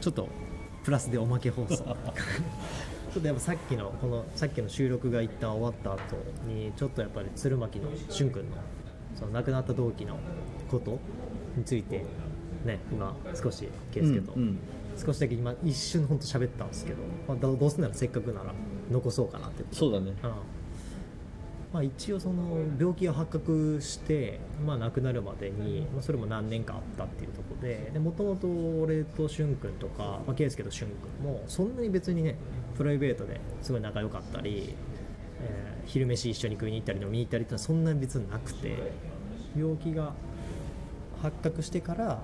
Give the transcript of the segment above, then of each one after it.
ちょっとプラスでおまけ放送ちょっとやっぱさっきの収録が一旦終わった後にちょっとやっぱり鶴巻のしゅんくんのその亡くなった同期のことについてね、今少し圭介と少しだけ今一瞬ほんと喋ったんですけど、まあ、どうせならせっかくなら残そうかなってそうだね、 まあ、一応その病気が発覚して、まあ、亡くなるまでに、まあ、それも何年かあったっていうところでもともと俺としゅんくんとか、まあ、圭介としゅんくんもそんなに別にねプライベートですごい仲良かったり、昼飯一緒に食いに行ったり飲みに行ったりってのはそんなに別になくて、病気が発覚してから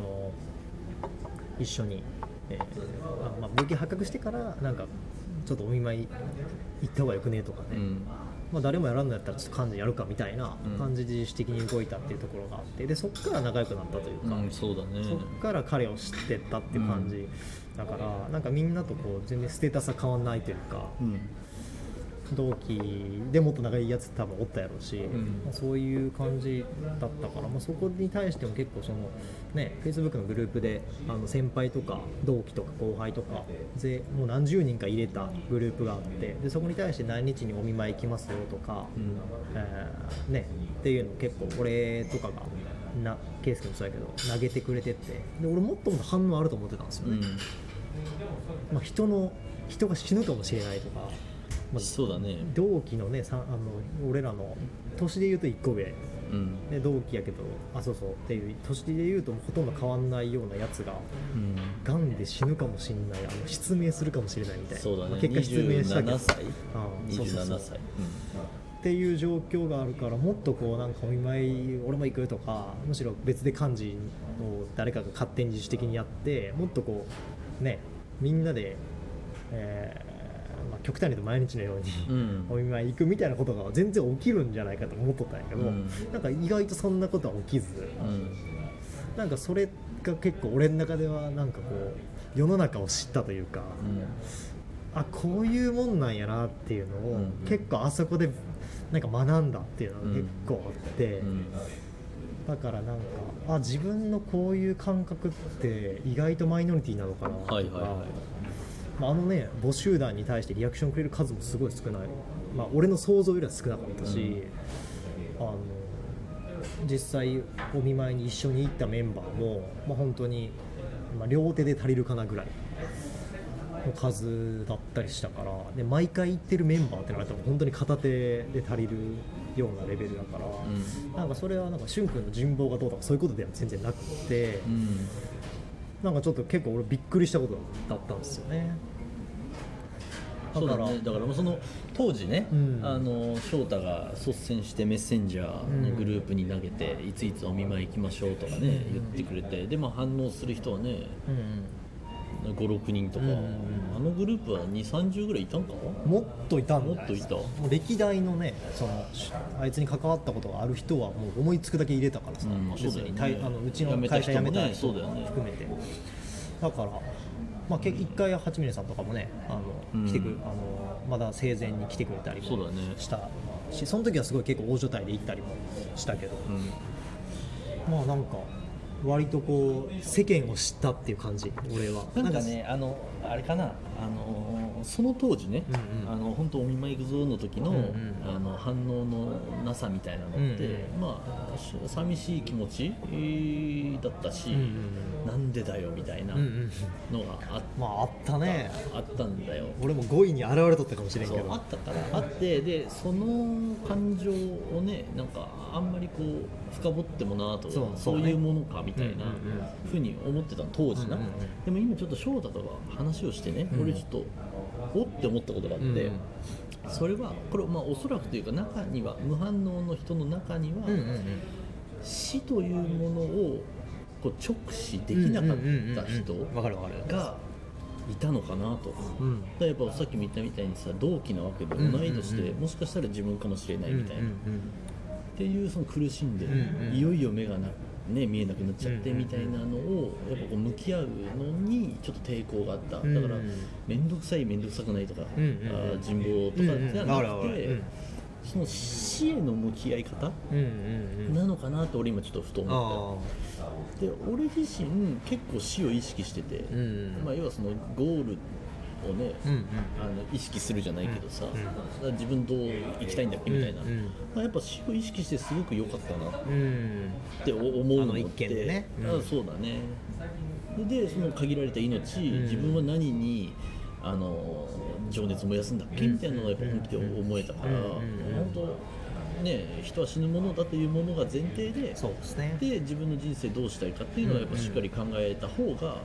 一緒に、まあ、病気発覚してからなんかちょっとお見舞い行った方がよくねとかね、まあ、誰もやらんのやったらちょっと幹事やるかみたいな感じで自主的に動いたっていうところがあってでそこから仲良くなったというか、 そうだね、 そこから彼を知ってったっていう感じだから、なんかみんなとこう全然ステータスは変わんないというか、同期でもっと仲いいやつ多分おったやろうし、まあ、そういう感じだったから、まあ、そこに対しても結構そのね Facebook のグループで先輩とか同期とか後輩とかもう何十人か入れたグループがあってでそこに対して何日にお見舞い行きますよとか、ねっていうのを結構俺とかが圭介もそうやけど投げてくれてってで俺もっともっと反応あると思ってたんですよね、まあ、人が死ぬかもしれないとか、まあ、 そうだね、 同期のね俺らの年で言うと1個上、で同期やけどそうそうっていう年で言うとほとんど変わんないようなやつが、がんで死ぬかもしれない失明するかもしれないみたいな、 そうだね、 まあ、結果失明したけど 27歳 27歳っていう状況があるからもっとこうなんかお見舞い俺も行くとかむしろ別で幹事を誰かが勝手に自主的にやってもっとこうねみんなで、まあ、極端に言うと毎日のように、お見舞い行くみたいなことが全然起きるんじゃないかと思っとったんやけど、なんか意外とそんなことは起きず、なんかそれが結構俺の中ではなんかこう世の中を知ったというか、こういうもんなんやなっていうのを、結構あそこでなんか学んだっていうのが結構あって、だからなんか自分のこういう感覚って意外とマイノリティなのかなとか、ね募集団に対してリアクションくれる数もすごい少ない、まあ、俺の想像よりは少なかったし、実際お見舞いに一緒に行ったメンバーも、まあ、本当に、まあ、両手で足りるかなぐらいの数だったりしたからで毎回行ってるメンバーってなったら本当に片手で足りるようなレベルだから、なんかそれはなんかしゅんくんの人望がどうとかそういうことでは全然なくて、なんかちょっと結構俺びっくりしたことだったんですよね。 そうだね、だからその当時ね、翔太が率先してメッセンジャーのグループに投げて、いついつお見舞い行きましょうとかね、言ってくれて、でも反応する人はね、5、6人とか、あのグループは2、30ぐらいいたんか？ もっといたんだよ。 もっといた。 もう歴代のね、あいつに関わったことがある人はもう思いつくだけ入れたからさ、 そうだよね、 うちの会社辞めた人も含めて、だから、まあ、一回八峰さんとかもね来てまだ生前に来てくれたりもしたし、その時はすごい結構大所帯で行ったりもしたけど、まあなんか割とこう世間を知ったっていう感じ。俺はなんかねあれかなその当時ね、本当お見舞い行くぞの時の、反応のなさみたいなのって、まあ寂しい気持ち、だったし、なんでだよみたいなのがあったね。 あったんだよ。 俺も5位に現れとったかもしれんけど、 あったからあって、でその感情をねなんかあんまりこう深掘ってもなと、そういうものかみたいなふうに思ってたの当時な。でも今ちょっと翔太とか話をしてね、俺ちょっとおって思ったことがあって、それはこれまあおそらくというか中には無反応の人の中には、死というものをこう直視できなかった人がいたのかなと。だやっぱさっきも言ったみたいにさ、同期なわけで同い年で、もしかしたら自分かもしれないみたいな、っていうその苦しんで、いよいよ目が見えなくなっちゃってみたいなのをやっぱこう向き合うのにちょっと抵抗があった。だから面倒くさい面倒くさくないとか、人望とかじゃなくて、 その死への向き合い方なのかなって俺今ちょっとふと思った。で俺自身結構死を意識してて、まあ、要はそのゴールをね、意識するじゃないけどさ、自分どう生きたいんだっけみたいな、まあ、やっぱ死を意識してすごく良かったなって思うのって、 ね、 そうだね。でその限られた命、自分は何に情熱を燃やすんだっけみたいなのがやっぱ本気で思えたから、本当ね、人は死ぬものだというものが前提で、 そうですね、 で自分の人生どうしたいかっていうのはやっぱしっかり考えた方が、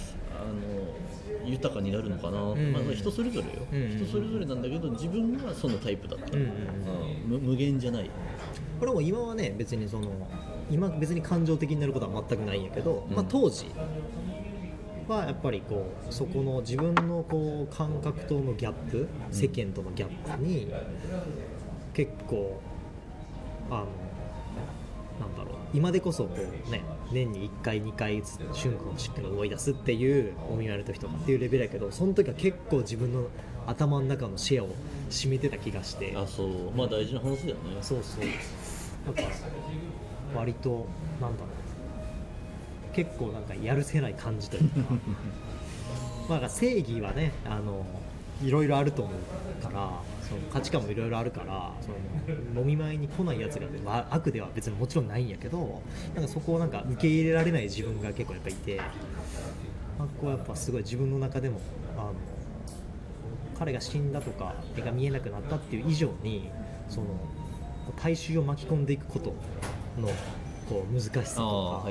豊かになるのかな、まあ、人それぞれよ、人それぞれなんだけど自分はそのタイプだった、無限じゃない。 これも今はね別に今別に感情的になることは全くないんやけど、まあ、当時はやっぱりこうそこの自分のこう感覚とのギャップ、世間とのギャップに結構なんだろう、今でこそこう、ね、年に1回2回春君をしっかり思い出すっていうお見舞いの時とかっていうレベルやけど、その時は結構自分の頭の中のシェアを占めてた気がして。 あ、そう、まあ大事な話だよね。 そうそう、なんか割となんだろう、結構なんかやるせない感じというかまあ正義はねいろいろあると思うから、その価値観もいろいろあるから、その飲み前に来ないやつが悪では別にもちろんないんやけど、なんかそこをなんか受け入れられない自分が結構やっぱいて、まあ、こうやっぱすごい自分の中でも彼が死んだとか絵が見えなくなったっていう以上にその大衆を巻き込んでいくことのこう難しさとか、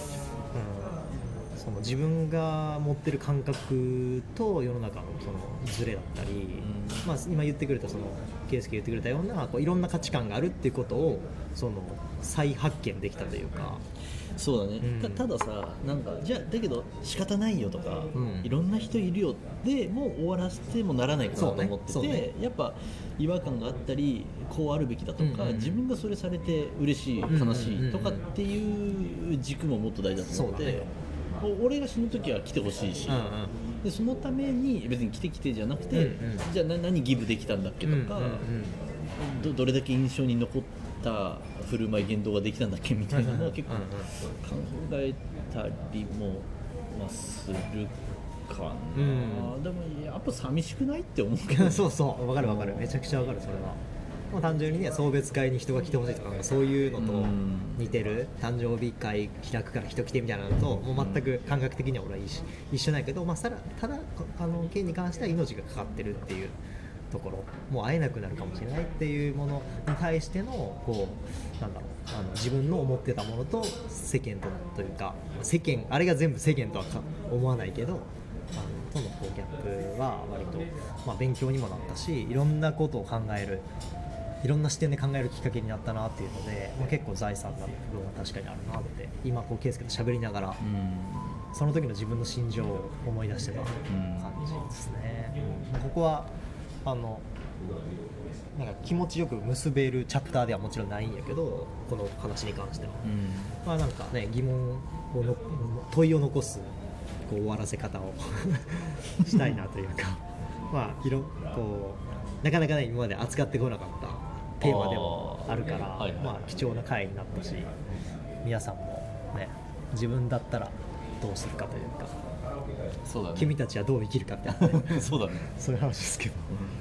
その自分が持ってる感覚と世の中のそのズレだったり、まあ、今言ってくれたその圭介言ってくれたようなこういろんな価値観があるっていうことをその再発見できたというか。 そうだね、たださ、なんかじゃあだけど仕方ないよとか、いろんな人いるよでもう終わらせてもならないかなと思ってて、やっぱ違和感があったりこうあるべきだとか、自分がそれされて嬉しい悲しいとかっていう軸ももっと大事だと思って、俺が死ぬ時は来てほしいし、でそのために別に来てじゃなくて、じゃあ何ギブできたんだっけとか、どれだけ印象に残った振る舞い言動ができたんだっけみたいなのは結構考えたりもするかな、でもやっぱ寂しくないって思うけどそうそう、分かる分かる、めちゃくちゃ分かる。それはもう単純にね、送別会に人が来てほしいとか、なんかそういうのと似てる、誕生日会開くから人来てみたいなのともう全く感覚的には俺は一緒ないけど、まあ、ただ件に関しては命がかかってるっていうところ、もう会えなくなるかもしれないっていうものに対してのこうなんだろう、自分の思ってたものと世間というか、世間あれが全部世間とは思わないけどとのこうギャップは割と、まあ、勉強にもなったし、いろんなことを考える、いろんな視点で考えるきっかけになったなっていうので、まあ、結構財産な部分は確かにあるなって今こう圭介と喋りながら、その時の自分の心情を思い出してた感じですね。ここはなんか気持ちよく結べるチャプターではもちろんないんやけど、この話に関しては、まあなんかね、疑問を問いを残すこう終わらせ方をしたいなというかまあこうなかなかね今まで扱ってこなかったテーマでもあるから、まあ貴重な回になったし、皆さんもね自分だったらどうするかというか、 そうだね、 君たちはどう生きるかってそうだね、 そういう話ですけど、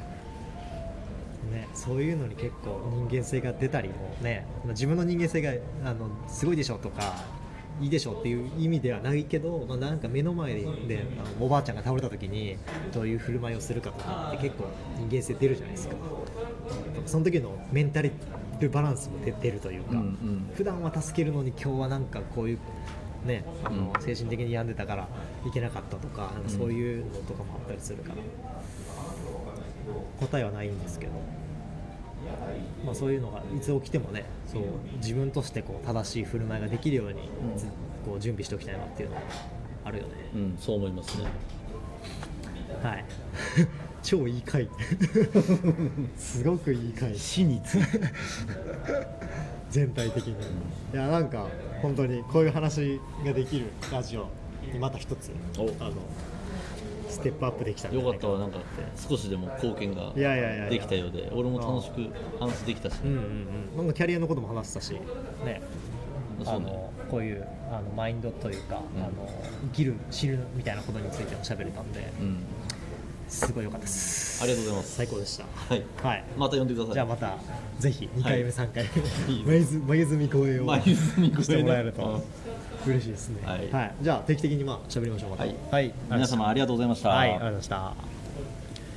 ね、そういうのに結構人間性が出たりもね、自分の人間性がすごいでしょとかいいでしょっていう意味ではないけど、まあ、なんか目の前でおばあちゃんが倒れた時にどういう振る舞いをするかとかって結構人間性出るじゃないですか。その時のメンタルバランスも出るというか、普段は助けるのに今日はなんかこういうね、精神的に病んでたからいけなかったとか、なんかそういうのとかもあったりするから、答えはないんですけど、まあ、そういうのがいつ起きてもね、そう自分としてこう正しい振る舞いができるように、こう準備しておきたいなっていうのがあるよね。 そう思いますね。 はい超いい回すごくいい回、 死について全体的に、いやなんか本当にこういう話ができるラジオにまた一つステップアップできたんじゃよないかなかったわ、なんか少しでも貢献がいやいやいやいやできたようで、俺も楽しく話できたし、 なんかキャリアのことも話したしね、 そうねこういうマインドというか、生きる死ぬみたいなことについても喋れたんで、すごい良かったです。 ありがとうございます。 最高でした。 はい、はい、また呼んでください。 じゃあまたぜひ2回目、3回い目眉積み公演をしてもらえると嬉しいですね。 はい、 じゃあ定期的に喋りましょう。また。 はい、皆様ありがとうございました。 はい、ありがとうございました。